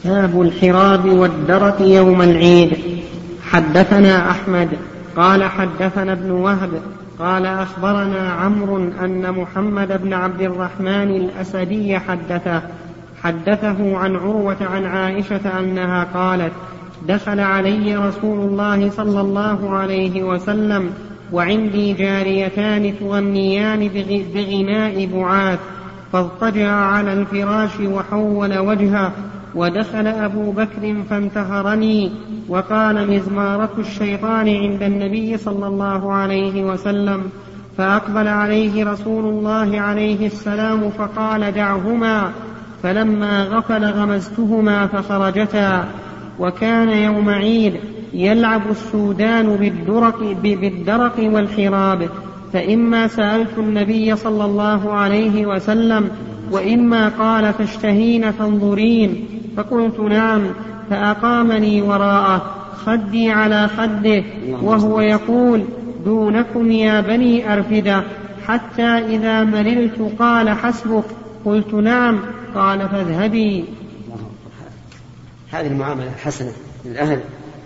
باب الحراب والدرك يوم العيد. حدثنا أحمد قال حدثنا ابن وهب قال أخبرنا عمرو أن محمد بن عبد الرحمن الأسدي حدثه عن عروة عن عائشة أنها قالت: دخل علي رسول الله صلى الله عليه وسلم وعندي جاريتان تغنيان بغناء بعاث، فاضطجع على الفراش وحول وجهه، ودخل أبو بكر فانتهرني وقال: مزمارة الشيطان عند النبي صلى الله عليه وسلم. فأقبل عليه رسول الله عليه السلام فقال: دعهما، فلما غفل غمزتهما فخرجتا. وكان يوم عيد يلعب السودان بالدرق والحراب، فإما سألت النبي صلى الله عليه وسلم وإما قال: تشتهين تنظرين؟ فقلت: نعم. فأقامني وراءه خدي على خده وهو يقول: دونكم يا بني أرفدة، حتى إذا مللت قال: حسبك. قلت: نعم. قال: فاذهبي. هذه المعاملة حسنة للأهل.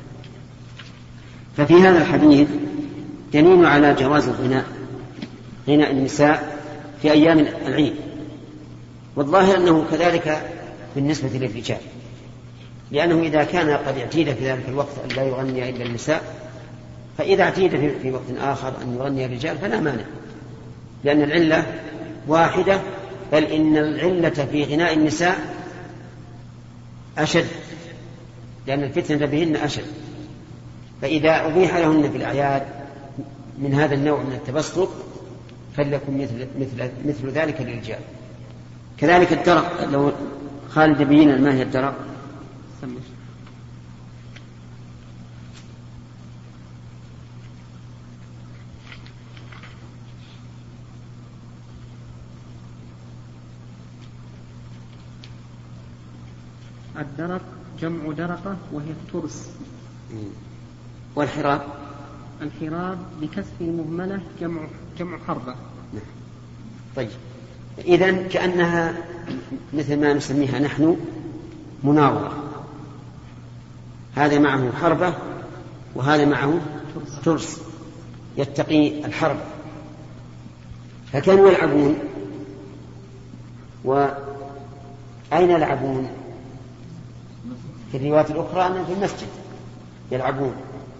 ففي هذا الحديث دليل على جواز غناء النساء في أيام العيد، والظاهر أنه كذلك بالنسبة للرجال، لأنه إذا كان قد اعتيد في ذلك الوقت أن لا يغني إلا النساء، فإذا اعتيد في وقت آخر أن يغني الرجال فلا مانع، لأن العلة واحدة، بل إن العلة في غناء النساء أشد، لأن الفتنة بهن أشد. فإذا أبيح لهن في الأعياد من هذا النوع من التبسط فليكن مثل ذلك للرجال. كذلك الدرق، لو خالد بينا ما هي الدرق؟ الدرق جمع درقة وهي الترس. والحراب؟ الحراب بكسر المهملة جمع حربة. طيب، إذن كأنها مثل ما نسميها نحن مناورة، هذا معه حربة وهذا معه ترس يتقي الحرب. فكانوا يلعبون، وأين يلعبون؟ في الروايات الأخرى أنهم في المسجد يلعبون،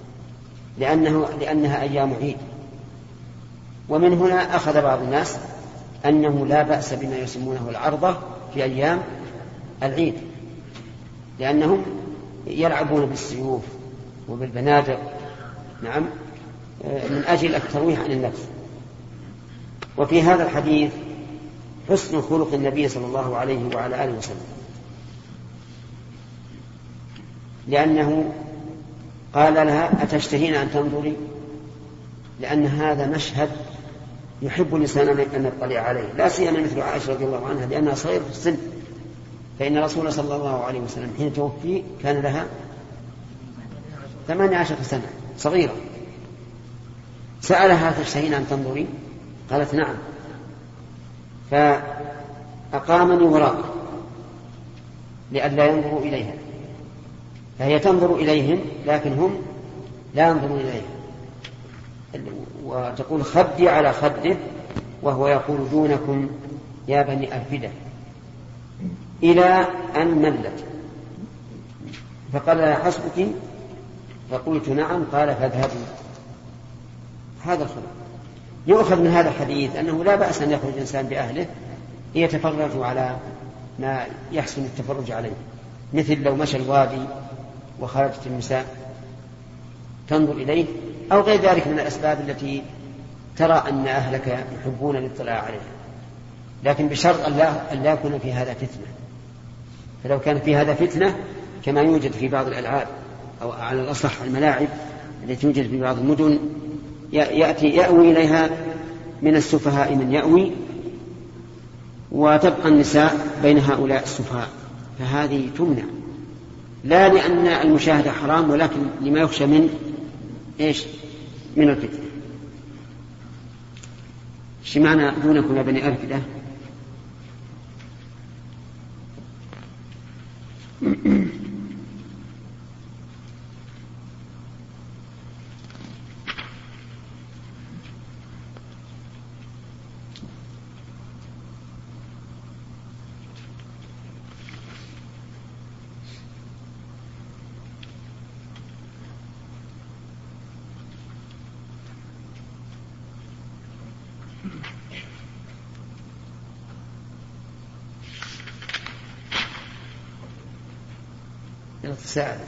لأنها أيام عيد. ومن هنا أخذ بعض الناس أنه لا بأس بما يسمونه العرضة في أيام العيد، لأنهم يلعبون بالسيوف وبالبنادق، نعم، من أجل الترويح عن النفس. وفي هذا الحديث حسن خلق النبي صلى الله عليه وعلى آله وسلم، لأنه قال لها: أتشتهين أن تنظري؟ لأن هذا مشهد يحب الإنسان أن يطلع عليه، لا سيما مثل عائشة رضي الله عنها لأنها صغيرة في السن، فإن رسول صلى الله عليه وسلم حين توفي كان لها 18 سنة، صغيرة. سألها: تشتهين أن تنظري؟ قالت: نعم. فأقامني وراءه لئلا ينظروا إليها، فهي تنظر إليهم لكن هم لا ينظرون إليها، وتقول: خدي على خده وهو يقول: دونكم يا بني أرفدة، إلى أن ملت. فقال لها: حسبك؟ فقلت: نعم. قال: فاذهبوا. هذا الخلق. يؤخذ من هذا الحديث أنه لا بأس أن يخرج الإنسان بأهله ليتفرج على ما يحسن التفرج عليه، مثل لو مشى الوادي وخرجت النساء تنظر إليه، أو غير ذلك من الأسباب التي ترى أن أهلك يحبون الاطلاع عليها، لكن بشرط أن لا يكون في هذا فتنة. فلو كان في هذا فتنة كما يوجد في بعض الألعاب، أو على الأصح الملاعب التي توجد في بعض المدن، يأوي إليها من السفهاء من يأوي، وتبقى النساء بين هؤلاء السفهاء، فهذه تمنع، لا لأن المشاهدة حرام، ولكن لما يخشى من من الفتنة. شو معنى دونكم يا بني أرفدة؟ تساعد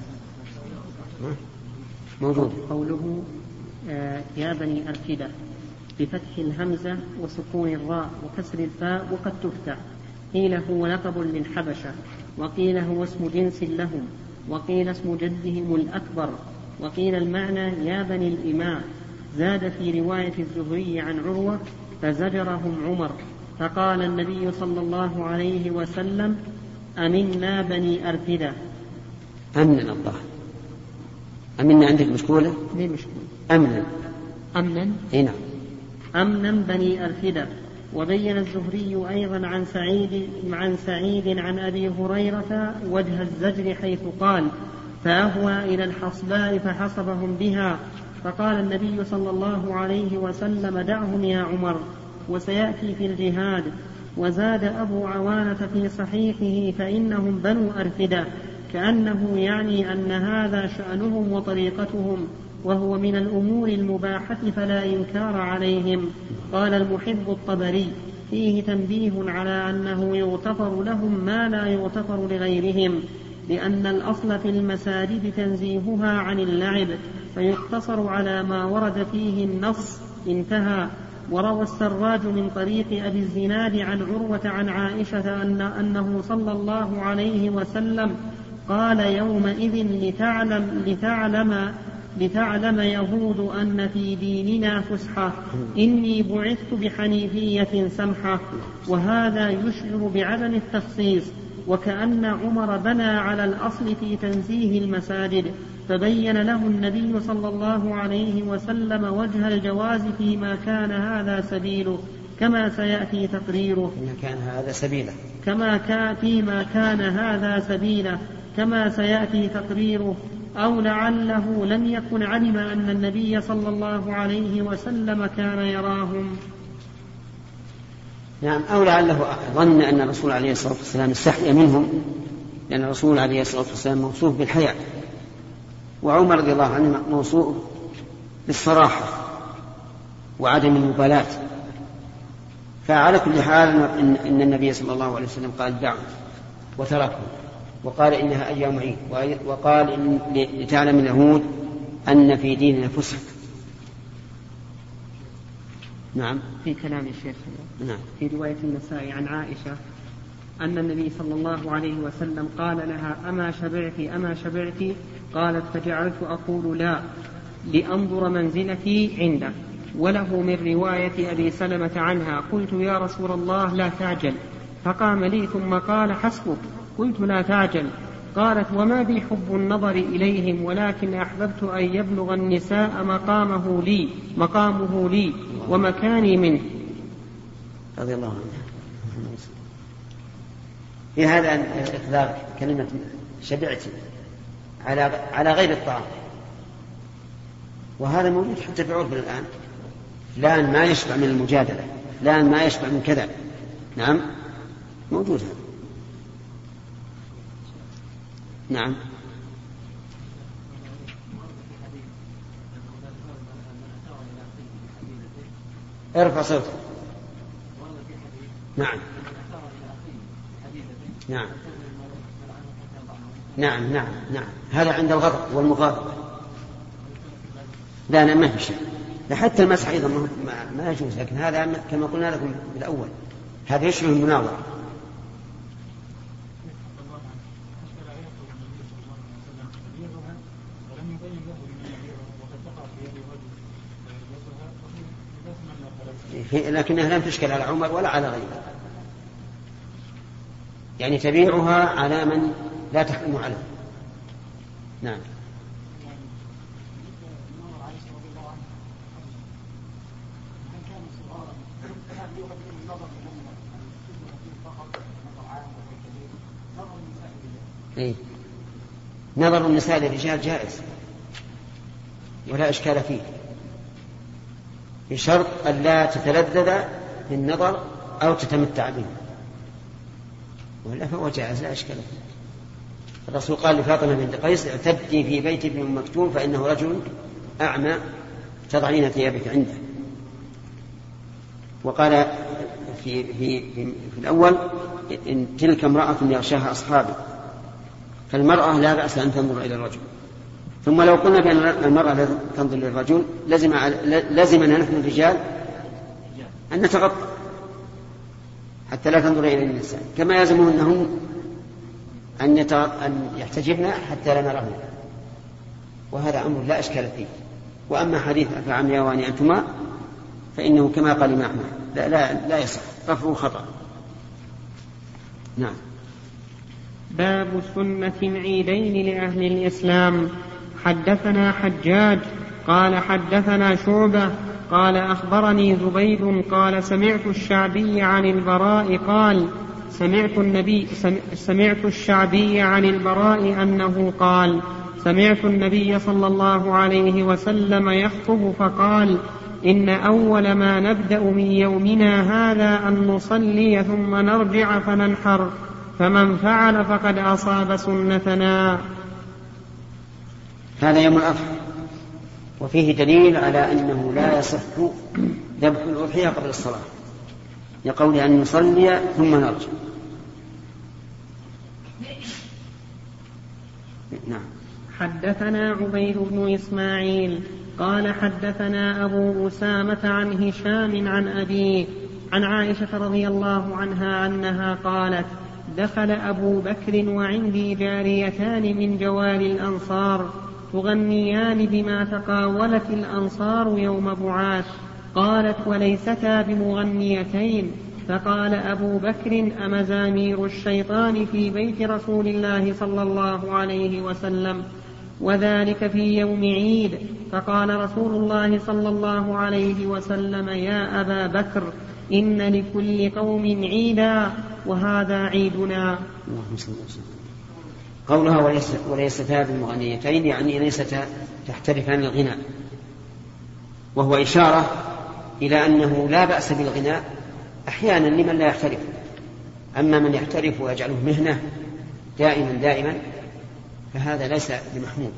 موجود. قوله يا بني أرفدة بفتح الهمزة وسكون الراء وكسر الفاء وقد تفتح. قيل هو لقب للحبشة، وقيل هو اسم جنس لهم، وقيل اسم جدهم الأكبر، وقيل المعنى يا بني الإماء. زاد في رواية الزهري عن عروة فزجرهم عمر، فقال النبي صلى الله عليه وسلم أمنا بني أرفدة. أمنا الله، أمنا عندك مشكولة؟ ليه مشكولة؟ أمنا هنا أمنا بني أرفدة. وبين الزهري أيضا عن سعيد عن أبي هريرة وجه الزجر حيث قال فأهوى إلى الحصباء فحصبهم بها، فقال النبي صلى الله عليه وسلم دعهم يا عمر وسيأتي في الجهاد. وزاد أبو عوانة في صحيحه فإنهم بنو أرفدة، كأنه يعني أن هذا شأنهم وطريقتهم، وهو من الأمور المباحة فلا إنكار عليهم. قال المحب الطبري فيه تنبيه على أنه يغتفر لهم ما لا يغتفر لغيرهم، لأن الأصل في المساجد تنزيهها عن اللعب، فيقتصر على ما ورد فيه النص. انتهى. وروى السراج من طريق أبي الزناد عن عروة عن عائشة أنه صلى الله عليه وسلم قال يومئذ لتعلم يهود أن في ديننا فسحة، إني بعثت بحنيفية سمحة. وهذا يشعر بعدم التخصيص، وكأن عمر بنى على الأصل في تنزيه المساجد، فبين له النبي صلى الله عليه وسلم وجه الجواز فيما كان هذا سبيله، كما سيأتي تقريره. كما سيأتي تقريره. أو لعله لم يكن علم أن النبي صلى الله عليه وسلم كان يراهم. نعم، أو لعله ظن أن الرسول عليه الصلاة والسلام استحيا منهم، لأن الرسول عليه الصلاة والسلام موصوف بالحياء، وعمر رضي الله عنه موصوف بالصراحة وعدم المبالاة. فعلى كل حال إن النبي صلى الله عليه وسلم قال دعوا وتركوا، وقال إنها أيام عيد، وقال إن لتعلم اليهود أن في ديننا فسحة. نعم. في كلام الشيخ. نعم. في رواية النسائي عن عائشة أن النبي صلى الله عليه وسلم قال لها أما شبعت؟ قالت فجعلت أقول لا لأنظر منزلتي عنده. وله من رواية أبي سلمة عنها قلت يا رسول الله لا تعجل، فقام لي ثم قال حسبك، قلت لا تعجل. قالت وما بي حب النظر إليهم، ولكن أحببت أن يبلغ النساء مقامه لي ومكاني منه. رضي الله عنه. في هذا إطلاق كلمة شبعت على غير الطعام، وهذا موجود حتى في عرفنا الآن. فلان ما يشبع من المجادلة، فلان ما يشبع من كذا. نعم، موجود هذا. نعم. ارفع صوتك. نعم. نعم. نعم. نعم. نعم. هذا عند الغضب والمغاضبة. لا، ما في شيء. حتى المسح أيضا ما يجوز، لكن هذا كما قلنا لكم بالأول هذا يشبه المناظرة. لكنها لم تشكل على عمر ولا على غيره، يعني تبيعها على من لا تحكم عليه. نعم. إيه؟ نظر النساء للرجال جائز ولا إشكال فيه، بشرط أن لا تتلذذ بالنظر أو تتمتع به، ولا فهو جائز لا إشكال فيه. الرسول قال لفاطمة بنت قيس اعتدي في بيت ابن أم مكتوم فإنه رجل أعمى تضعين ثيابك عنده. وقال في الأول إن تلك امرأة يغشاها أصحابي، فالمرأة لا بأس أن تنظر إلى الرجل. ثم لو قلنا بأن المرأة لا تنظر للرجل لزمنا نحن الرجال أن نتغطى حتى لا تنظر إلى النساء، كما يلزمهن أن يحتجبن حتى لا نرهن، وهذا أمر لا إشكال فيه. وأما حديث فعمياواني أنتما فإنه كما قال الإمام أحمد لا يصح، رفعه خطأ. نعم. باب سنة العيدين لأهل الإسلام. حدثنا حجاج قال حدثنا شعبة قال أخبرني زبيد قال سمعت الشعبي عن البراء قال سمعت الشعبي عن البراء أنه قال سمعت النبي صلى الله عليه وسلم يخطب فقال إن أول ما نبدأ من يومنا هذا أن نصلي ثم نرجع فننحر، فمن فعل فقد أصاب سنتنا. هذا يوم الأضحى، وفيه دليل على أنه لا يصح ذبح الأضحية قبل الصلاة، لقول أن نصلي ثم نرجع. نعم. حدثنا عبيد بن إسماعيل قال حدثنا أبو أسامة عن هشام عن أبيه عن عائشة رضي الله عنها أنها قالت دخل أبو بكر وعندي جاريتان من جوال الأنصار تغنيان بما تقاولت الأنصار يوم بعاث. قالت وليستا بمغنيتين. فقال أبو بكر أمزامير الشيطان في بيت رسول الله صلى الله عليه وسلم، وذلك في يوم عيد. فقال رسول الله صلى الله عليه وسلم يا أبا بكر إن لكل قوم عيدا وهذا عيدنا. قولها وليستا بالمغنيتين يعني ليستا تحترفان الغناء، وهو إشارة إلى أنه لا بأس بالغناء أحيانا لمن لا يحترف، أما من يحترف ويجعله مهنة دائما فهذا ليس بمحمود.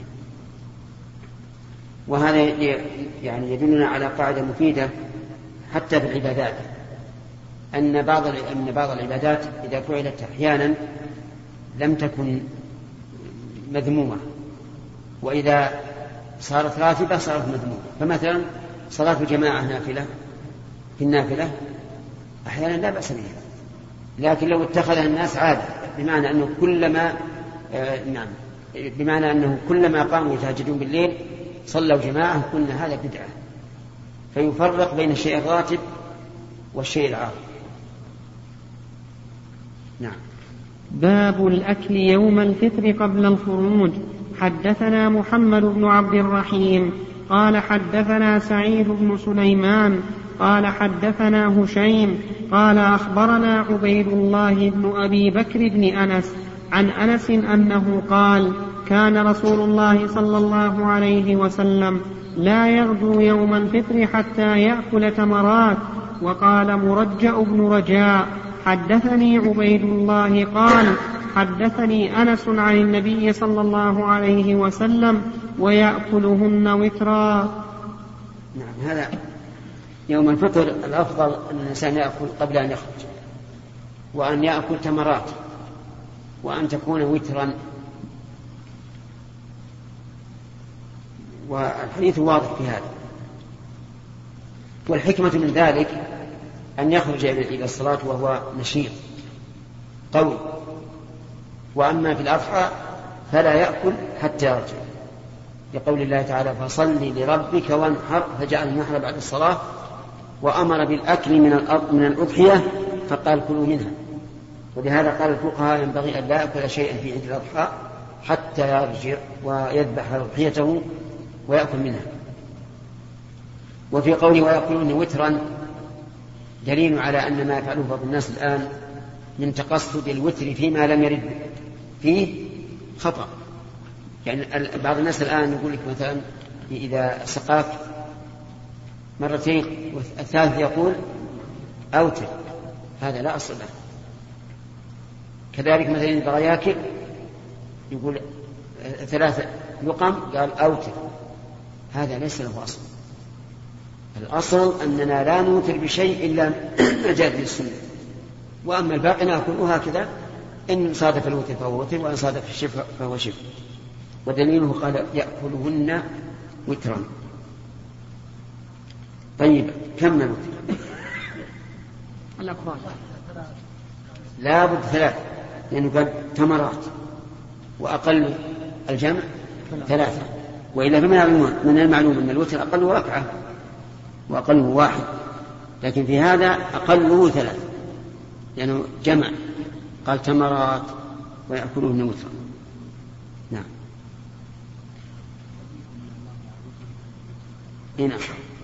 وهذا يعني يدلنا على قاعدة مفيدة حتى في العبادات، أن بعض العبادات إذا فعلت أحيانا لم تكن مذمومة، وإذا صارت راتبة صارت مذمومة. فمثلا صلاة الجماعة نافلة في النافلة أحيانا لا بأس بها، لكن لو اتخذها الناس عادة بمعنى أنه كلما قاموا يتهجدون بالليل صلوا جماعة قلنا هذا بدعة، فيفرق بين الشيء الراتب والشيء العارض. نعم. باب الأكل يوم الفطر قبل الخروج. حدثنا محمد بن عبد الرحيم قال حدثنا سعيد بن سليمان قال حدثنا هشيم قال أخبرنا عبيد الله بن أبي بكر بن أنس عن أنس أنه قال كان رسول الله صلى الله عليه وسلم لا يغدو يوم الفطر حتى يأكل تمرات. وقال مرجأ بن رجاء حدثني عبيد الله قال حدثني أنس عن النبي صلى الله عليه وسلم ويأكلهن وترا. نعم. هذا يوم الفطر الأفضل أن الإنسان يأكل قبل أن يخرج، وأن يأكل تمرات، وأن تكون وترا. والحديث واضح في هذا. والحكمة من ذلك أن يخرج إلى الصلاة وهو نشيط قوي. وأما في الأضحى فلا يأكل حتى يرجع، لقول الله تعالى فصل لربك وانحر، فجعل النحر بعد الصلاة، وأمر بالأكل من الأضحية فقال كلوا منها. ولهذا قال الفقهاء ينبغي أن لا يأكل شيئا في عيد الأضحى حتى يرجع ويذبح أضحيته ويأكل منها. وفي قوله ويأكلون وترا دليل على أن ما يفعله بعض الناس الآن من تقصد الوتر فيما لم يرد فيه خطأ. يعني بعض الناس الآن يقول لك مثلا إذا سقاك مرتين والثالث يقول أوتر، هذا لا أصل له. كذلك مثلا إذا ياكل يقول 3 لقم قال أوتر، هذا ليس له أصل. الأصل أننا لا نوتر بشيء إلا ما جاء به السنة، وأما الباقي نأكل هكذا إن صادف الوتر فهو وتر، وإن صادف الشفع فهو شفع. ودليله قال يأكلهن وترا. طيب كم الوتر؟ لا بد 3، لأنه قال تمرات، وأقل الجمع 3. وإلا من المعلوم أن الوتر أقله ركعة وأقله 1، لكن في هذا أقله 3 لأنه جمع، قال تمرات ويأكلهن وترا. نعم. هنا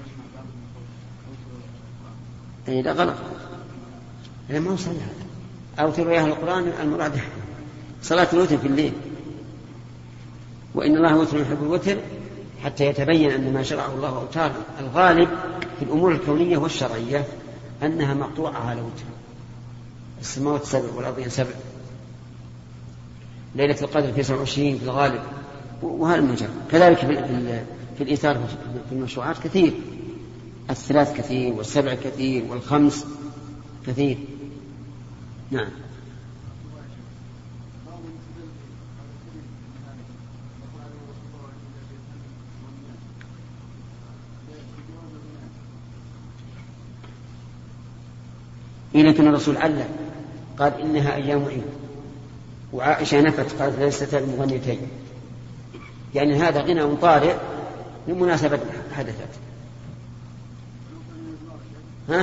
أي لا غلط، هذا ما هو صلاة. أوتر يا أهل القرآن المراد صلاة الوتر في الليل، وإن الله وتر يحب الوتر حتى يتبين أن ما شرعه الله أوتار. الغالب في الأمور الكونية والشرعية أنها مقطوعة على وتر. السماوات 7 والأرضين 7، ليلة القدر في 27 في الغالب، وهذا المجال. كذلك في الإيثار في المشروعات كثير، 3 كثير، 7 كثير، 5 كثير. نعم. لكن الرسول علّم قال إنها أيام عيد، وعائشة نفت قالت ليست بمغنيتين، يعني هذا غنى طارئ لمناسبة حدثت. ها؟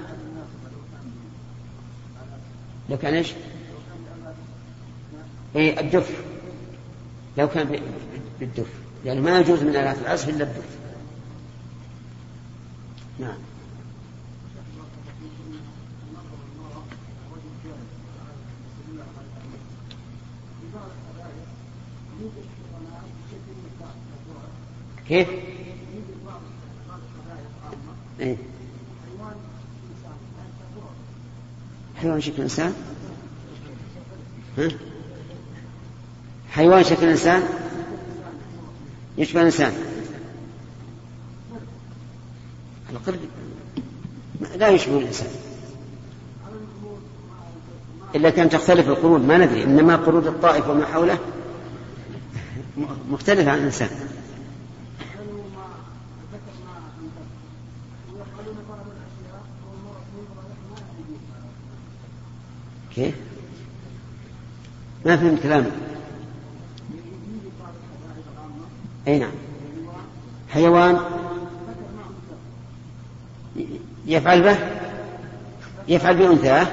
لو كان إيش؟ إيه الدف، لو كان بالدف، يعني ما يجوز من آلات العزف إلا الدف. نعم. كيف؟ إيه؟ حيوان شكل إنسان؟ حيوان شكل إنسان يشبه الإنسان على القرد، لا يشبه الإنسان إلا كان تختلف القرود، ما ندري، إنما قرود الطائف وما حوله مختلف عن الإنسان. كيف؟ ما فهمت كلامك. أي نعم، حيوان يفعل بأنثاه،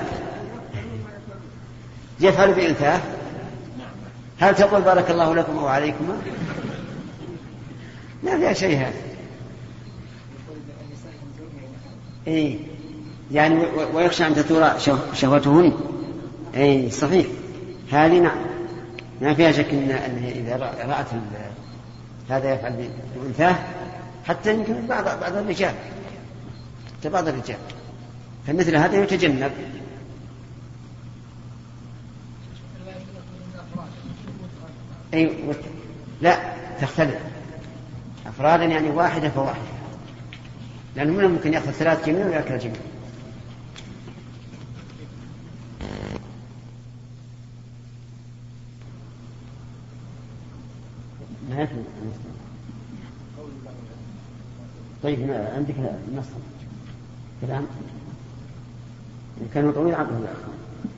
يفعل بأنثاه. هل تقول بارك الله لكم أو عليكم؟ ما فيها شيء هذا. إيه يعني ويخشى أن تثور شهوتهن. أي صحيح، هذه نعم ما فيها شك إن إذا رأت هذا يفعل بأنثاه، حتى يمكن بعض الرجال، فمثل هذا يتجنب. أي لا تختلف أفرادا، يعني واحدة فواحدة، لأنه منهم ممكن يأخذ 3 جميع ويأكل جميع. طيب عندك نص كلام إن كان طويل عقله يا أخوان.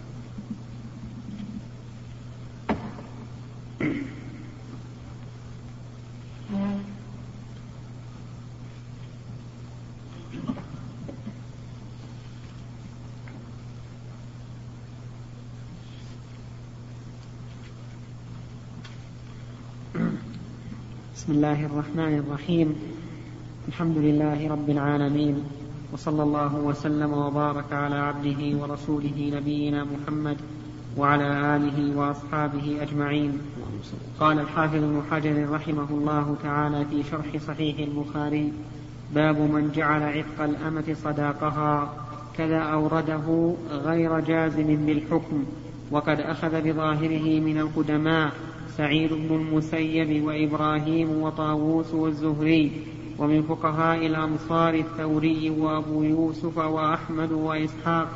بسم الله الرحمن الرحيم. الحمد لله رب العالمين، وصلى الله وسلم وبارك على عبده ورسوله نبينا محمد وعلى آله وأصحابه أجمعين. قال الحافظ ابن حجر رحمه الله تعالى في شرح صحيح البخاري: باب من جعل عتق الأمة صداقها، كذا أورده غير جازم بالحكم، وقد أخذ بظاهره من القدماء سعيد بن المسيب وإبراهيم وطاووس والزهري، ومن فقهاء الأمصار الثوري وأبو يوسف وأحمد وإسحاق.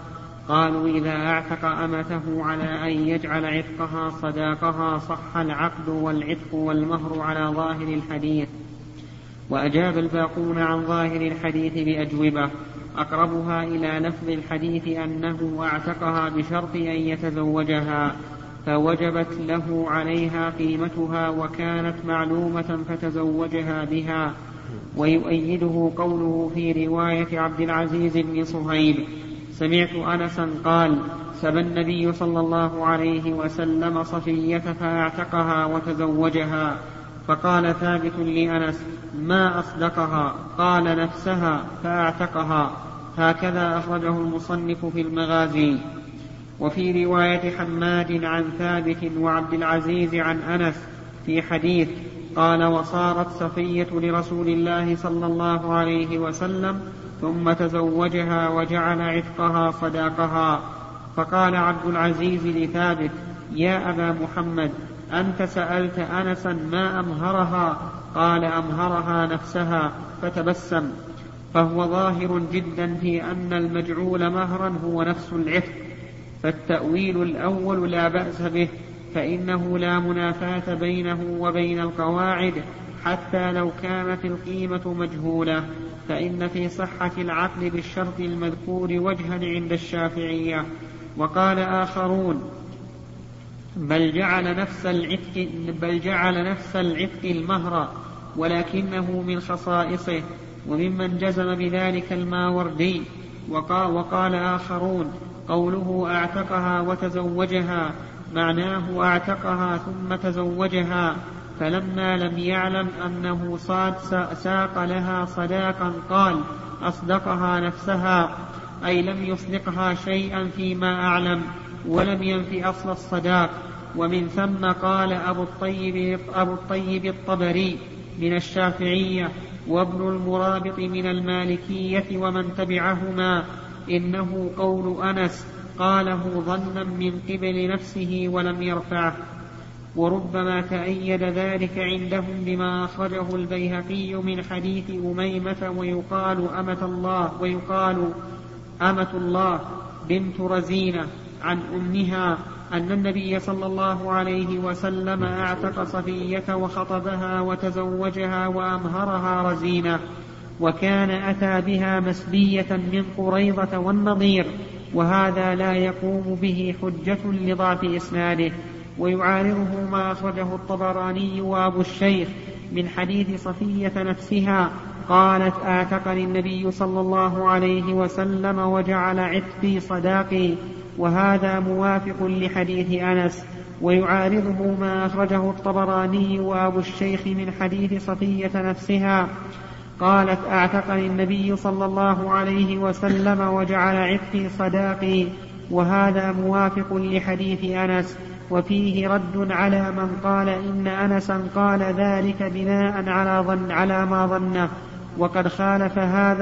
قالوا إذا أعتق أمته على أن يجعل عتقها صداقها صح العقد والعتق والمهر على ظاهر الحديث. وأجاب الباقون عن ظاهر الحديث بأجوبة أقربها إلى لفظ الحديث أنه أعتقها بشرط أن يتزوجها فوجبت له عليها قيمتها وكانت معلومة فتزوجها بها. ويؤيده قوله في رواية عبد العزيز بن صهيب سمعت أنسا قال سبى النبي صلى الله عليه وسلم صفية فأعتقها وتزوجها. فقال ثابت لأنس ما أصدقها؟ قال نفسها فأعتقها. هكذا أخرجه المصنف في المغازي. وفي رواية حماد عن ثابت وعبد العزيز عن أنس في حديث قال وصارت صفية لرسول الله صلى الله عليه وسلم ثم تزوجها وجعل عتقها صداقها. فقال عبد العزيز لثابت يا أبا محمد أنت سألت أنسا ما أمهرها؟ قال أمهرها نفسها. فتبسم. فهو ظاهر جدا في أن المجعول مهرا هو نفس العتق، فالتأويل الأول لا بأس به، فإنه لا منافاة بينه وبين القواعد حتى لو كانت القيمة مجهولة، فإن في صحة العقد بالشرط المذكور وجها عند الشافعية. وقال آخرون بل جعل نفس العتق المهر ولكنه من خصائصه، وممن جزم بذلك الماوردي. وقال آخرون قوله أعتقها وتزوجها معناه أعتقها ثم تزوجها، فلما لم يعلم أنه ساق لها صداقا قال أصدقها نفسها، أي لم يصدقها شيئا فيما أعلم ولم ينف أصل الصداق. ومن ثم قال أبو الطيب الطبري من الشافعية وابن المرابط من المالكية ومن تبعهما إنه قول أنس قاله ظنا من قبل نفسه ولم يرفعه. وربما تأيد ذلك عندهم بما أخرجه البيهقي من حديث أميمة ويقال أمة الله بنت رزينة عن أمها أن النبي صلى الله عليه وسلم أعتق صفية وخطبها وتزوجها وأمهرها رزينة، وكان أتى بها مسبية من قريظة والنضير، وهذا لا يقوم به حجة لضعف إسناده. ويعارضه ما أخرجه الطبراني وأبو الشيخ من حديث صفية نفسها قالت أعتقني النبي صلى الله عليه وسلم وجعل عتقي صداقي، وهذا موافق لحديث أنس. ويعارضه ما أخرجه الطبراني وأبو الشيخ من حديث صفية نفسها قالت أعتقني النبي صلى الله عليه وسلم وجعل عتقي صداقي، وهذا موافق لحديث أنس. وفيه رد على من قال إن أنسا قال ذلك بناء على ما ظنه، وقد خالف هذا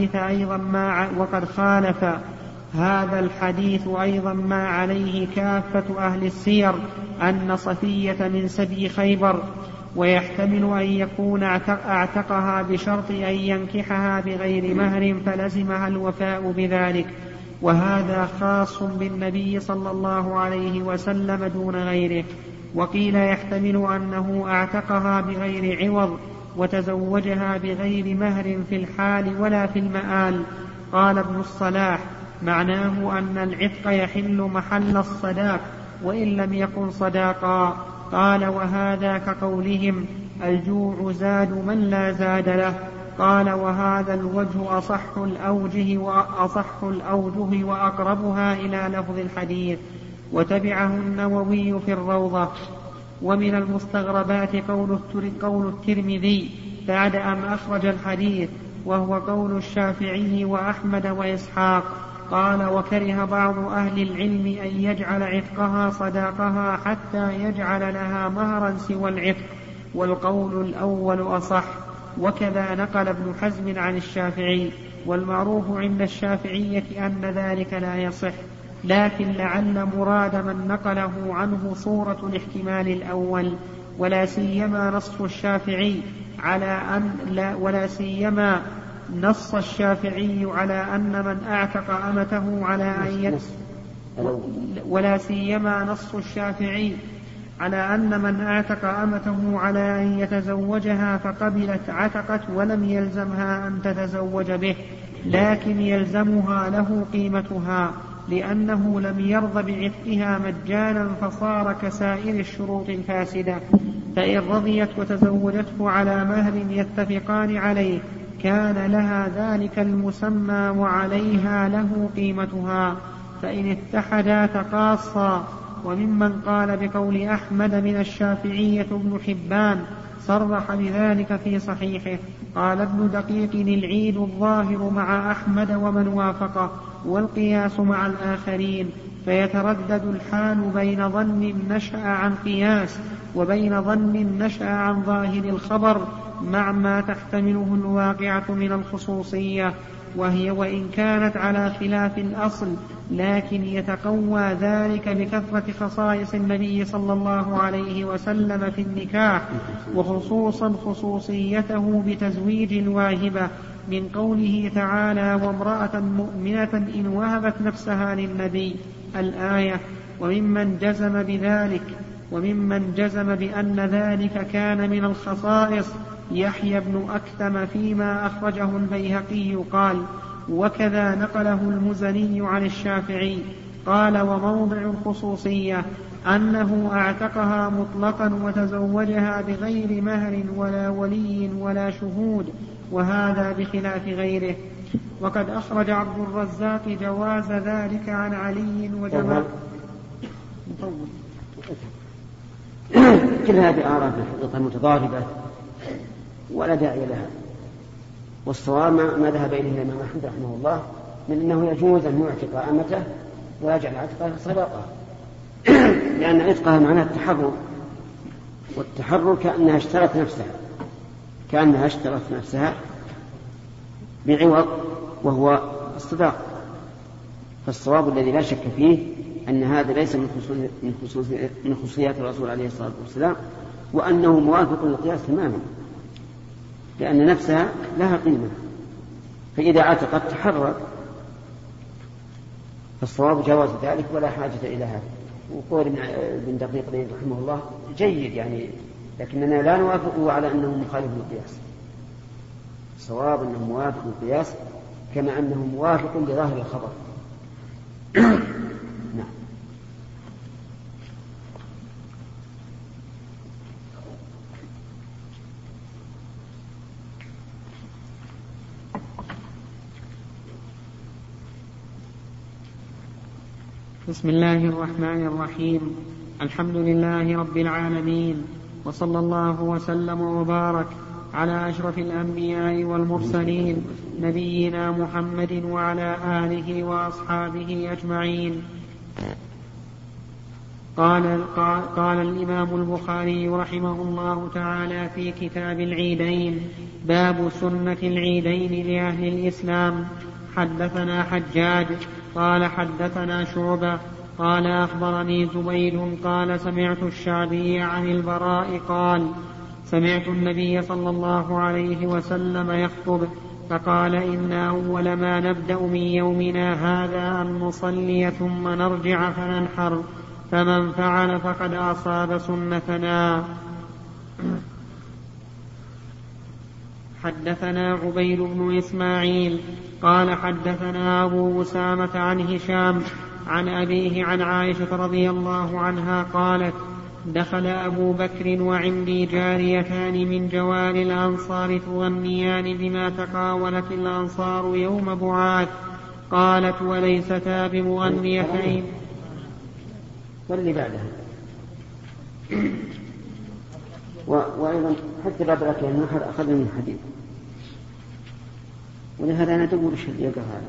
الحديث أيضا ما عليه كافة أهل السير أن صفية من سبي خيبر، ويحتمل أن يكون اعتقها بشرط أن ينكحها بغير مهر فلزمها الوفاء بذلك، وهذا خاص بالنبي صلى الله عليه وسلم دون غيره. وقيل يحتمل أنه اعتقها بغير عوض وتزوجها بغير مهر في الحال ولا في المآل. قال ابن الصلاح معناه أن العتق يحل محل الصداق وإن لم يكن صداقا. قال وهذا كقولهم الجوع زاد من لا زاد له. قال وهذا الوجه أصح الأوجه وأقربها إلى لفظ الحديث. وتبعه النووي في الروضة. ومن المستغربات قول الترمذي بعد أن أخرج الحديث، وهو قول الشافعي وأحمد وإسحاق. قال وكره بعض أهل العلم أن يجعل عتقها صداقها حتى يجعل لها مهرا سوى العتق، والقول الأول أصح. وكذا نقل ابن حزم عن الشافعي، والمعروف عند الشافعية أن ذلك لا يصح، لكن لعل مراد من نقله عنه صورة الاحتمال الأول، ولا سيما نص الشافعي على أن نص الشافعي على أن من أعتق أمته على أن ولا سيما نص الشافعي على أن من أعتق أمته على أن يتزوجها فقبلت عتقت ولم يلزمها أن تتزوج به، لكن يلزمها له قيمتها، لأنه لم يرض بعتقها مجانا فصار كسائر الشروط الفاسدة. فإن رضيت وتزوجته على مهر يتفقان عليه كان لها ذلك المسمى وعليها له قيمتها، فإن اتحدا تقاصا. وممن قال بقول أحمد من الشافعية ابن حبان صرح بذلك في صحيحه. قال ابن دقيق العيد الظاهر مع أحمد ومن وافقه، والقياس مع الآخرين، فيتردد الحال بين ظن نشأ عن قياس وبين ظن نشأ عن ظاهر الخبر مع ما تحتمله الواقعة من الخصوصية، وهي وإن كانت على خلاف الأصل، لكن يتقوى ذلك بكثرة خصائص النبي صلى الله عليه وسلم في النكاح، وخصوصا خصوصيته بتزويج الواهبة، من قوله تعالى وامرأة مؤمنة إن وهبت نفسها للنبي الآية. وممن جزم بأن ذلك كان من الخصائص يحيى بن أكثم فيما أخرجه البيهقي قال: وكذا نقله المزني عن الشافعي قال: وموضع الخصوصية أنه اعتقها مطلقا وتزوجها بغير مهر ولا ولي ولا شهود، وهذا بخلاف غيره. وقد أخرج عبد الرزاق جواز ذلك عن علي وجماعة. كل هذه آراء في الحقيقة متضاربة ولا داعي لها، والصواب ما ذهب إليه الإمام أحمد رحمه الله من أنه يجوز أن يعتق أمته ويجعل عتقها صداقة، لأن عتقها معناه التحرر، والتحرر كأنها اشترت نفسها بعوض وهو الصداق. فالصواب الذي لا شك فيه أن هذا ليس من خصوصيات الرسول عليه الصلاة والسلام، وأنه موافق للقياس تماما، لأن نفسها لها قيمة، فإذا عتقت تحرر. فالصواب جواز ذلك ولا حاجة إلى هذا. وقول ابن دقيق العيد رحمه الله جيد يعني، لكننا لا نوافقه على أنه مخالف للقياس. الصواب أنه موافق للقياس كما أنه موافق لظاهر الخبر. نعم. بسم الله الرحمن الرحيم. الحمد لله رب العالمين، وصلى الله وسلم وبارك على أشرف الأنبياء والمرسلين نبينا محمد وعلى آله وأصحابه أجمعين. قال الإمام البخاري رحمه الله تعالى في كتاب العيدين: باب سنة العيدين لأهل الإسلام. حدثنا حجاج قال حدثنا شعبة قال أخبرني زبيد قال سمعت الشعبي عن البراء قال: سمعت النبي صلى الله عليه وسلم يخطب فقال: إن أول ما نبدأ من يومنا هذا أن نصلي ثم نرجع فننحر، فمن فعل فقد أصاب سنتنا. حدثنا عبيد بن إسماعيل قال حدثنا أبو أسامة عن هشام عن أبيه عن عائشة رضي الله عنها قالت: دخل أبو بكر وعندي جاريتان من جوار الأنصار تغنيان بما تقاولت الأنصار يوم بعاث. قالت: وليستا بمغنيتين. واللي بعدها وأيضا حتى باب الأكل النحر أخذ من الحديث، ولهذا أنا تقول الشيء يقرأ هذا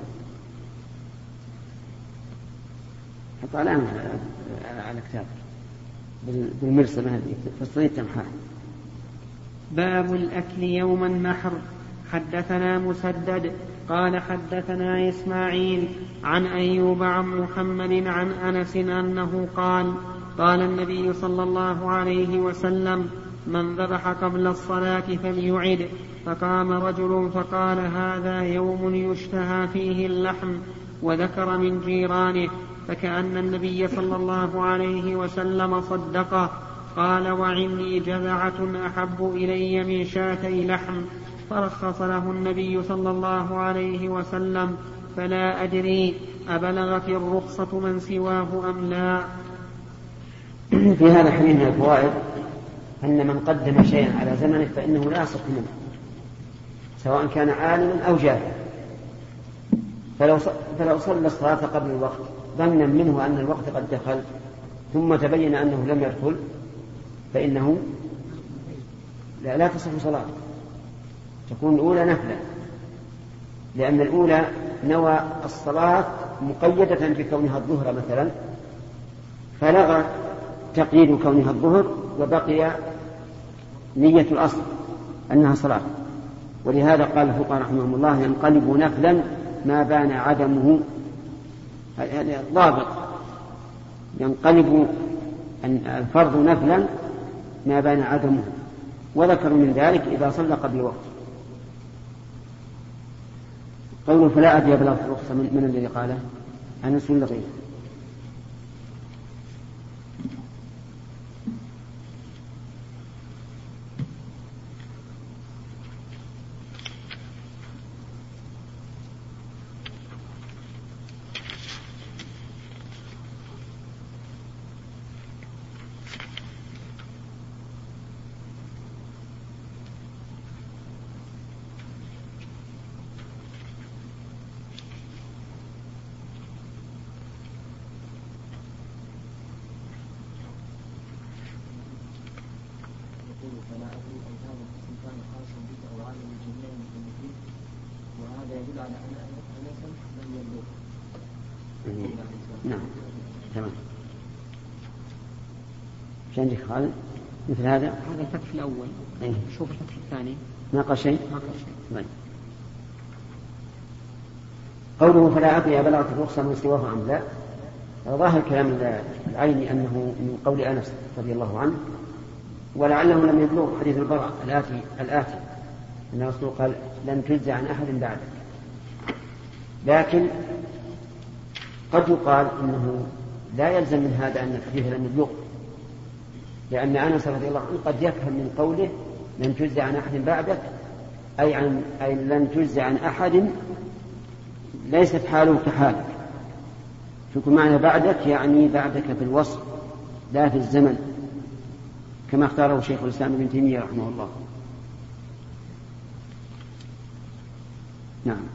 حط علامة على كتاب بالمرسمة هذه فالصيد تمحى. باب الأكل يوم النحر. حدثنا مسدد قال حدثنا إسماعيل عن أيوب عن محمد عن أنس أنه قال: قال النبي صلى الله عليه وسلم: من ذبح قبل الصلاة فليعد. فقام رجل فقال هذا يوم يشتهى فيه اللحم، وذكر من جيرانه، فكأن النبي صلى الله عليه وسلم صدقه. قال وعندي جذعة أحب إلي من شاتي لحم، فرخص له النبي صلى الله عليه وسلم. فلا أدري أبلغت الرخصة من سواه أم لا. في هذا الحديث من الفوائد أن من قدم شيئا على زمنه فإنه لا يصح منه، سواء كان عالما أو جاهلا. فلو صلى الصلاة قبل الوقت ظنا منه أن الوقت قد دخل ثم تبين أنه لم يدخل فإنه لا تصح صلاة، تكون الأولى نفلا، لأن الأولى نوى الصلاة مقيدة بكونها الظهر مثلا، فلغى تقييد كونها الظهر وبقي نية الأصل أنها صلاة. ولهذا قال الفقهاء رحمهم الله ينقلب نفلا ما بان عدمه، هذا ضابط، ينقلب الفرض نفلا ما بان عدمه، وذكروا من ذلك إذا صلى قبل الوقت. قوله فلا أدري بلغ الرخصة من الذي قاله؟ أنس ولا غيره؟ نعم تمام. ايش عندك خالد مثل هذا؟ هذا الفتح الأول. شوف الفتح الثاني ما قال شيء. طيب. قوله فلا أدري بلغت الرخصة من سواه أم لا، ظاهر كلام العيني أنه من قول أنس رضي الله عنه، ولعله لم يبلغ حديث البراء الآتي أن الرسول قال لن تجزى عن أحد بعدك. لكن قد يقال إنه لا يلزم من هذا أن الحديث لم يبلغ، لأن أنس رضي الله عنه قد يفهم من قوله لن تجزى عن أحد بعدك أي لن تجزى عن أحد ليست حاله كحالك. شوفوا معنى بعدك يعني بعدك في الوصف لا في الزمن، كما اختاره شيخ الإسلام ابن تيمية رحمه الله. نعم.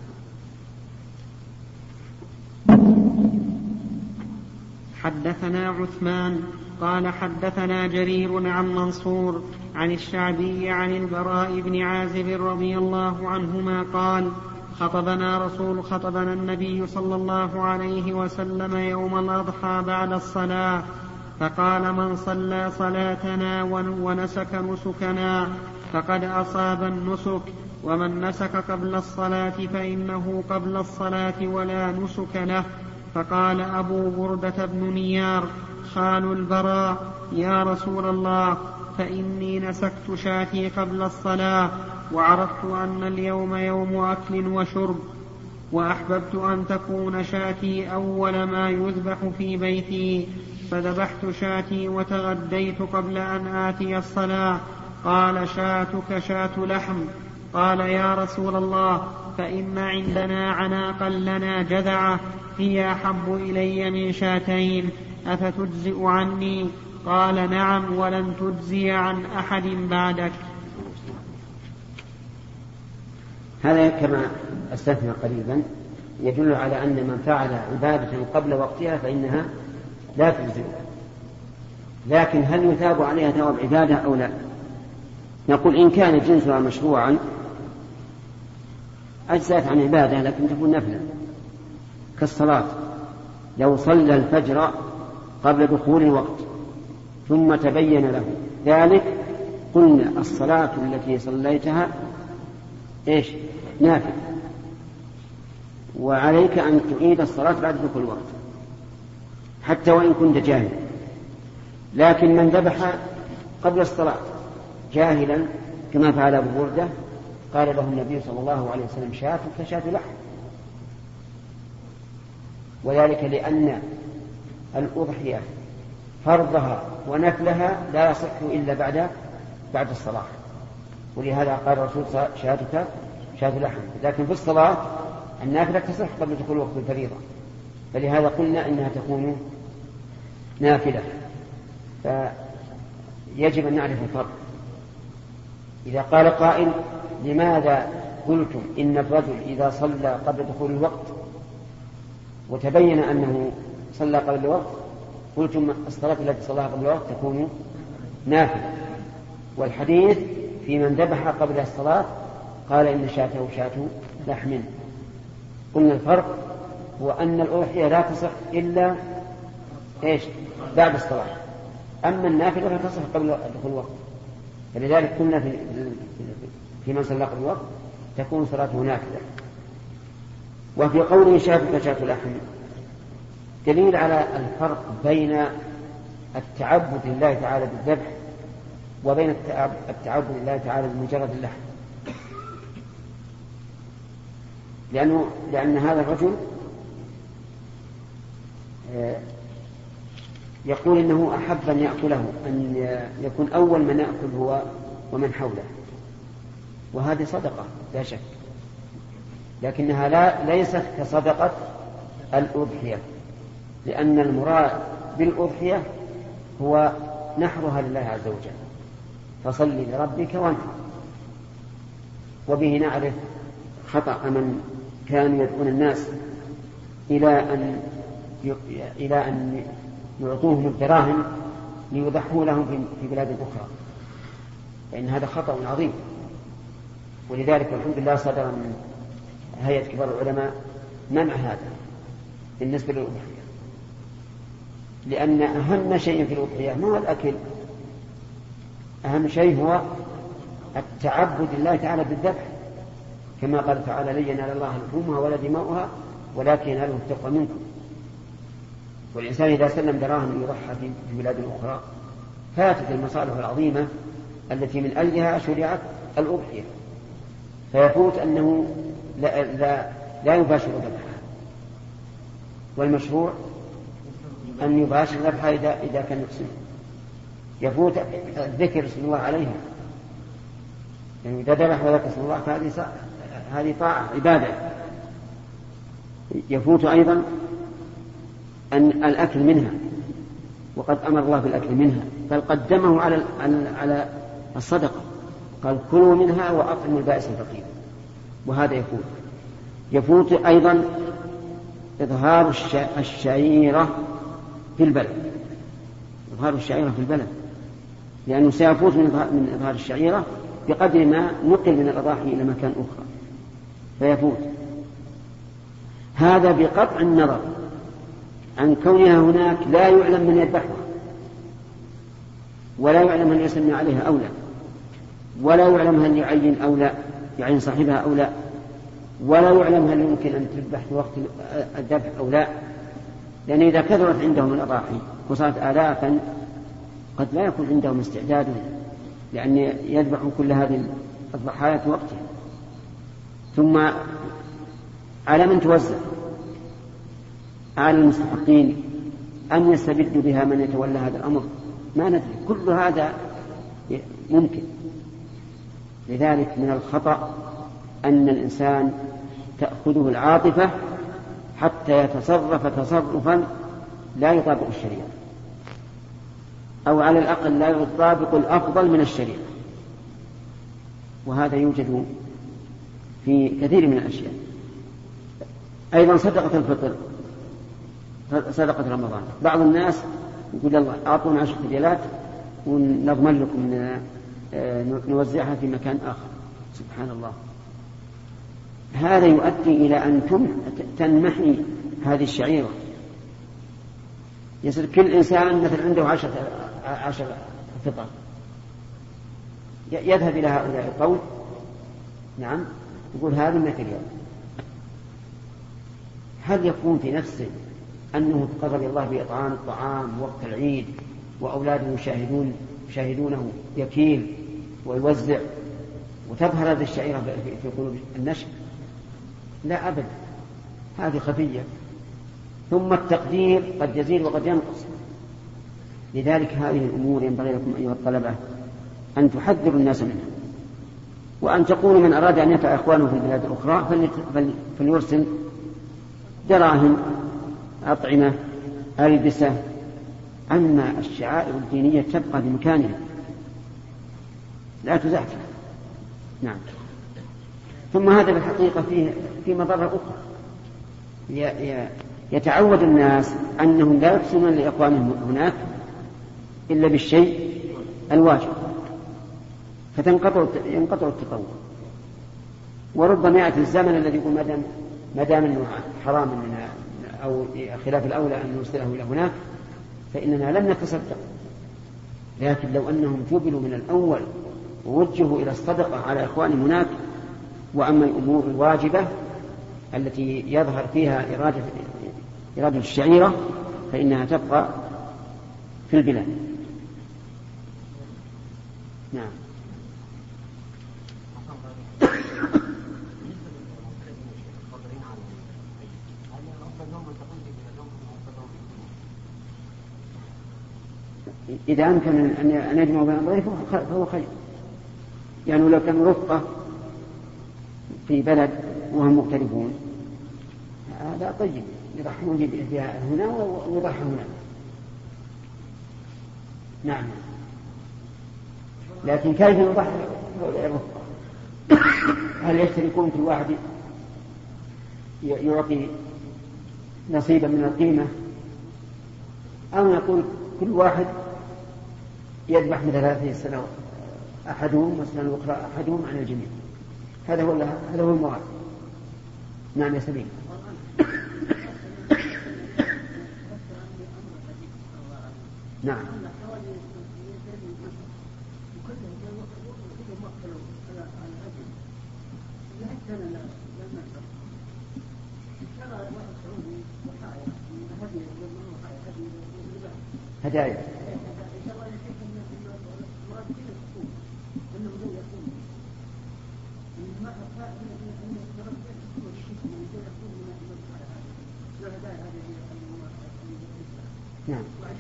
حدثنا عثمان قال حدثنا جرير عن منصور عن الشعبي عن البراء بن عازب رضي الله عنهما قال خطبنا النبي صلى الله عليه وسلم يوم الأضحى بعد الصلاة فقال من صلى صلاتنا ونسك نسكنا فقد أصاب النسك، ومن نسك قبل الصلاة فإنه قبل الصلاة ولا نسك له. فقال أبو بردة بن نيار خال البراء يا رسول الله فإني نسكت شاتي قبل الصلاة وعرفت أن اليوم يوم أكل وشرب، وأحببت أن تكون شاتي أول ما يذبح في بيتي، فذبحت شاتي وتغديت قبل أن آتي الصلاة. قال شاتك شات لحم. قال يا رسول الله فإن عندنا عناقا لنا جذعة هي أحب إلي من شاتين، أفتجزئ عني؟ قال نعم ولن تجزي عن أحد بعدك. هذا كما أسلفنا قريبا يدل على أن من فعل عبادة قبل وقتها فإنها لا تجزئ، لكن هل يثاب عليها ثواب عبادة أو لا؟ نقول إن كان جنسها مشروعا أجزأت عن عبادة لكن تكون نفلا، كالصلاة لو صلى الفجر قبل دخول الوقت ثم تبين له ذلك قلنا الصلاة التي صليتها إيش؟ نافلة، وعليك أن تعيد الصلاة بعد دخول الوقت حتى وإن كنت جاهلا. لكن من ذبح قبل الصلاة جاهلا كما فعل أبو بردة قال له النبي صلى الله عليه وسلم شاة كشاة لحم، وذلك لأن الأضحية فرضها ونفلها لا يصح إلا بعد الصلاة، ولهذا قال الرسول شاتك شاة لحم. لكن في الصلاة النافلة تصح قبل دخول وقت الفريضة، فلهذا قلنا إنها تكون نافلة. فيجب أن نعرف الفرق. إذا قال قائل لماذا قلتم إن الرجل إذا صلى قبل دخول الوقت وتبين أنه صلى قبل الوقت قلتم الصلاة التي صلاها قبل الوقت تكون نافلة، والحديث في من ذبح قبل الصلاة قال إن شاته شاة لحم. قلنا الفرق هو أن الأضحية لا تصح إلا بعد الصلاة، أما النافلة فتصح قبل دخول الوقت. فلذلك قلنا في من صلى قبل الوقت تكون صلاته نافلة. وفي قوله شاة كشاة لحم دليل على الفرق بين التعبد لله تعالى بالذبح وبين التعبد لله تعالى بمجرد اللحم، لأن هذا الرجل يقول إنه أحب أن يأكله، أن يكون أول من يأكل هو ومن حوله، وهذه صدقة لا شك، لكنها ليست كصدقة الأضحية، لأن المراد بالأضحية هو نحرها لله عز وجل، فصل لربك وانحر. وبه نعرف خطأ من كانوا يدعون الناس إلى أن يعطوهم الدراهم ليضحوا لهم في بلاد أخرى، فإن هذا خطأ عظيم. ولذلك الحمد لله صدر من هيئة كبار العلماء منع هذا بالنسبة للأضحية، لأن أهم شيء في الأضحية ما هو الأكل، أهم شيء هو التعبد لله تعالى بالذبح، كما قال تعالى لن ينال الله لحومها ولا دماؤها ولكن يناله التقوى منكم. والإنسان إذا سلم دراهم يضحى في بلاد أخرى فاتت المصالح العظيمة التي من أجلها شرعت الأضحية، فيفوت أنه لا يباشر ذبحها، والمشروع أن يباشر ذبحها إذا كان يقسم، يفوت الذكر اسم الله عليها، يعني إذا ذبح وذكر اسم الله فهذه طاعة عبادة. يفوت أيضا أن الأكل منها، وقد أمر الله بالأكل منها بل قدمه على الصدقة، قال كلوا منها وأطعموا البائس الفقير، وهذا يفوت أيضا إظهار الشعيرة في البلد، إظهار الشعيرة في البلد، لأنه سيفوت من إظهار الشعيرة بقدر ما نقل من الأضاحي إلى مكان أخرى فيفوت. هذا بقطع النظر عن كونها هناك لا يعلم من يذبحها، ولا يعلم من يسمي عليها أو لا، ولا يعلم هل يعين صاحبها أو لا، ولا يعلم هل يمكن أن تذبح في وقت الذبح أو لا، لأن إذا كثرت عندهم الأضاحي وصارت آلافا قد لا يكون عندهم استعداد لأن يذبحوا كل هذه الضحايا في وقتها. ثم على من توزع؟ على المستحقين أن يستبد بها من يتولى هذا الأمر، ما ندري، كل هذا ممكن. لذلك من الخطأ أن الإنسان تأخذه العاطفة حتى يتصرف تصرفا لا يطابق الشريعة، أو على الأقل لا يطابق الأفضل من الشريعة، وهذا يوجد في كثير من الأشياء. أيضا صدقة الفطر، صدقة رمضان، بعض الناس يقول الله أعطونا 10 ريالات ونضمن لكم نوزعها في مكان آخر. سبحان الله، هذا يؤدي إلى أن تنمحي هذه الشعيرة. يصير كل إنسان مثل عنده 10 فطر، يذهب إلى هؤلاء القوم نعم يقول هذه 100 ريال. هل يكون في نفسه أنه تقرب الله بإطعام الطعام وقت العيد وأولاده يشاهدونه يكيل ويوزع وتظهر هذه الشعيرة في قلوب النشء؟ لا أبدا، هذه خفية. ثم التقدير قد يزيد وقد ينقص. لذلك هذه الأمور ينبغي لكم أيها الطلبة أن تحذروا الناس منها، وأن تقولوا من أراد أن ينفع إخوانه في البلاد الأخرى فليرسل دراهم، أطعمة، ألبسة. أما الشعائر الدينية تبقى بمكانها لا تزعزع. نعم. ثم هذا بالحقيقة في مضرة أخرى. يتعود الناس أنهم لا يحسنون لإخوانهم هناك إلا بالشيء الواجب، ينقطع التطور. وربما يأتي الزمن الذي يقول ما دام أنه حرام أو خلاف الأولى أن نرسله إلى هناك فإننا لن نتصدق. لكن لو أنهم جبلوا من الأول ووجهوا إلى الصدقة على إخوانهم هناك، وأما الأمور الواجبة التي يظهر فيها إرادة الشعيرة فإنها تبقى في البلاد. نعم. إذا أمكن أن يجمعوا بين أمرين فهو خير. يعني لو كانوا رفقة في بلد وهم مغتربون هذا طيب، يضحون بها هنا ويضحى هنا. نعم. لكن كيف يضحى الرفقة؟ هل يشتركون في الواحد يعطي نصيبا من القيمة، أو يقول كل واحد يذبح مثل هذه السنة أحدهم مثلا الأخرى أحدهم عن الجميع؟ هذا هو المراد. نعم يا سليم. نعم. هدايا. نعم.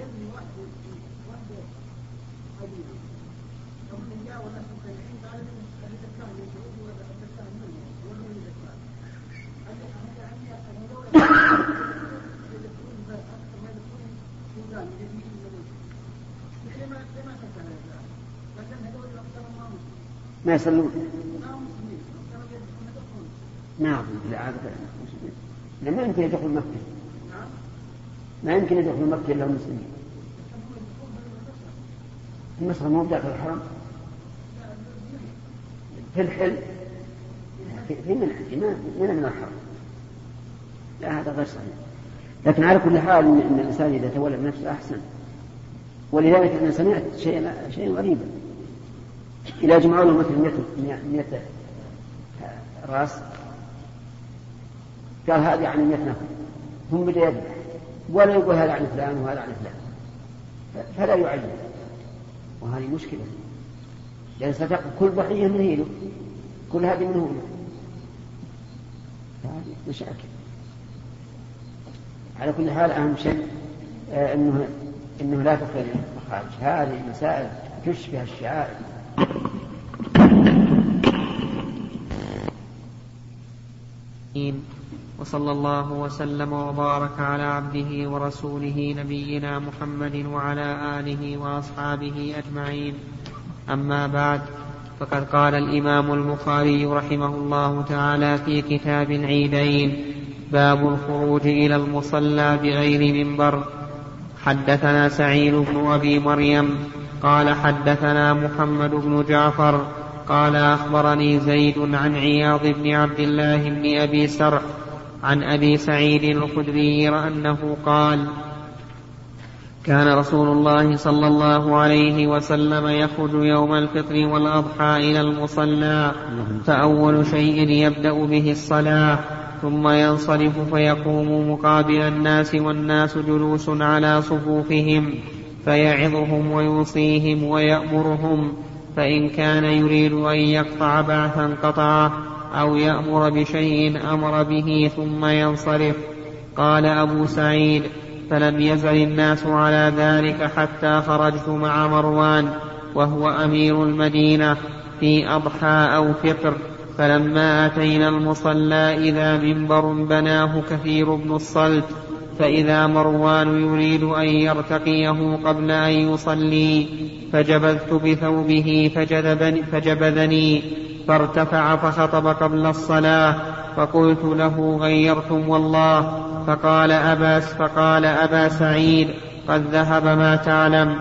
ما يصلون. نعم. ما يمكن يدخل مكة، ما يمكن يدخل مكة إلا المسلمين. مصر مو داخل الحرم، في الحل في من الحرم. لا هذا غير صحيح. لكن على كل حال إن الإنسان إذا تولى بنفسه أحسن. ولذلك أنا سمعت شيء غريبا، إذا جمعوا له مثل 100 رأس قال هذه عن 100 نفر، هم بدأ يذبح ولا يقول هذا عن فلان وهذا عن فلان، فلا يعين. وهذه مشكلة، لأن ستقف كل ضحية من هيله، كل هذه منه له، فهذه مشاكل. على كل حال أهم شيء إنه لا تخرج المخارج. هذه مسائل تشبه الشعائر. وصلى الله وسلم وبارك على عبده ورسوله نبينا محمد وعلى آله وأصحابه أجمعين. أما بعد، فقد قال الإمام البخاري رحمه الله تعالى في كتاب العيدين: باب الخروج إلى المصلى بغير منبر. حدثنا سعيد بن أبي مريم قال حدثنا محمد بن جعفر قال أخبرني زيد عن عياض بن عبد الله بن أبي سرح عن أبي سعيد الخدري أنه قال: كان رسول الله صلى الله عليه وسلم يخرج يوم الفطر والأضحى إلى المصلى، فأول شيء يبدأ به الصلاة، ثم ينصرف فيقوم مقابل الناس والناس جلوس على صفوفهم، فيعظهم ويوصيهم ويأمرهم، فإن كان يريد أن يقطع بعثا قطعه أو يأمر بشيء أمر به ثم ينصرف. قال أبو سعيد: فلم يزل الناس على ذلك حتى خرجت مع مروان وهو أمير المدينة في أضحى أو فطر، فلما أتينا المصلى إذا منبر بناه كثير بن الصلت، فإذا مروان يريد أن يرتقيه قبل أن يصلي، فجبذت بثوبه فجبذني فارتفع فخطب قبل الصلاة، فقلت له: غيرتم والله. فقال أبا سعيد: قد ذهب ما تعلم.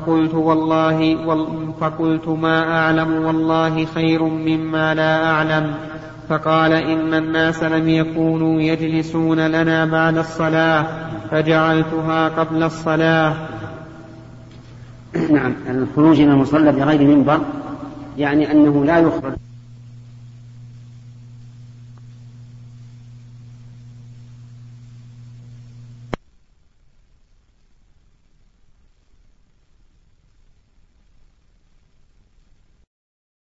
فقلت ما أعلم والله خير مما لا أعلم. فقال: إن الناس لم يكونوا يجلسون لنا بعد الصلاة فجعلتها قبل الصلاة. نعم، الخروج من المصلى بغير منبر يعني أنه لا يخرج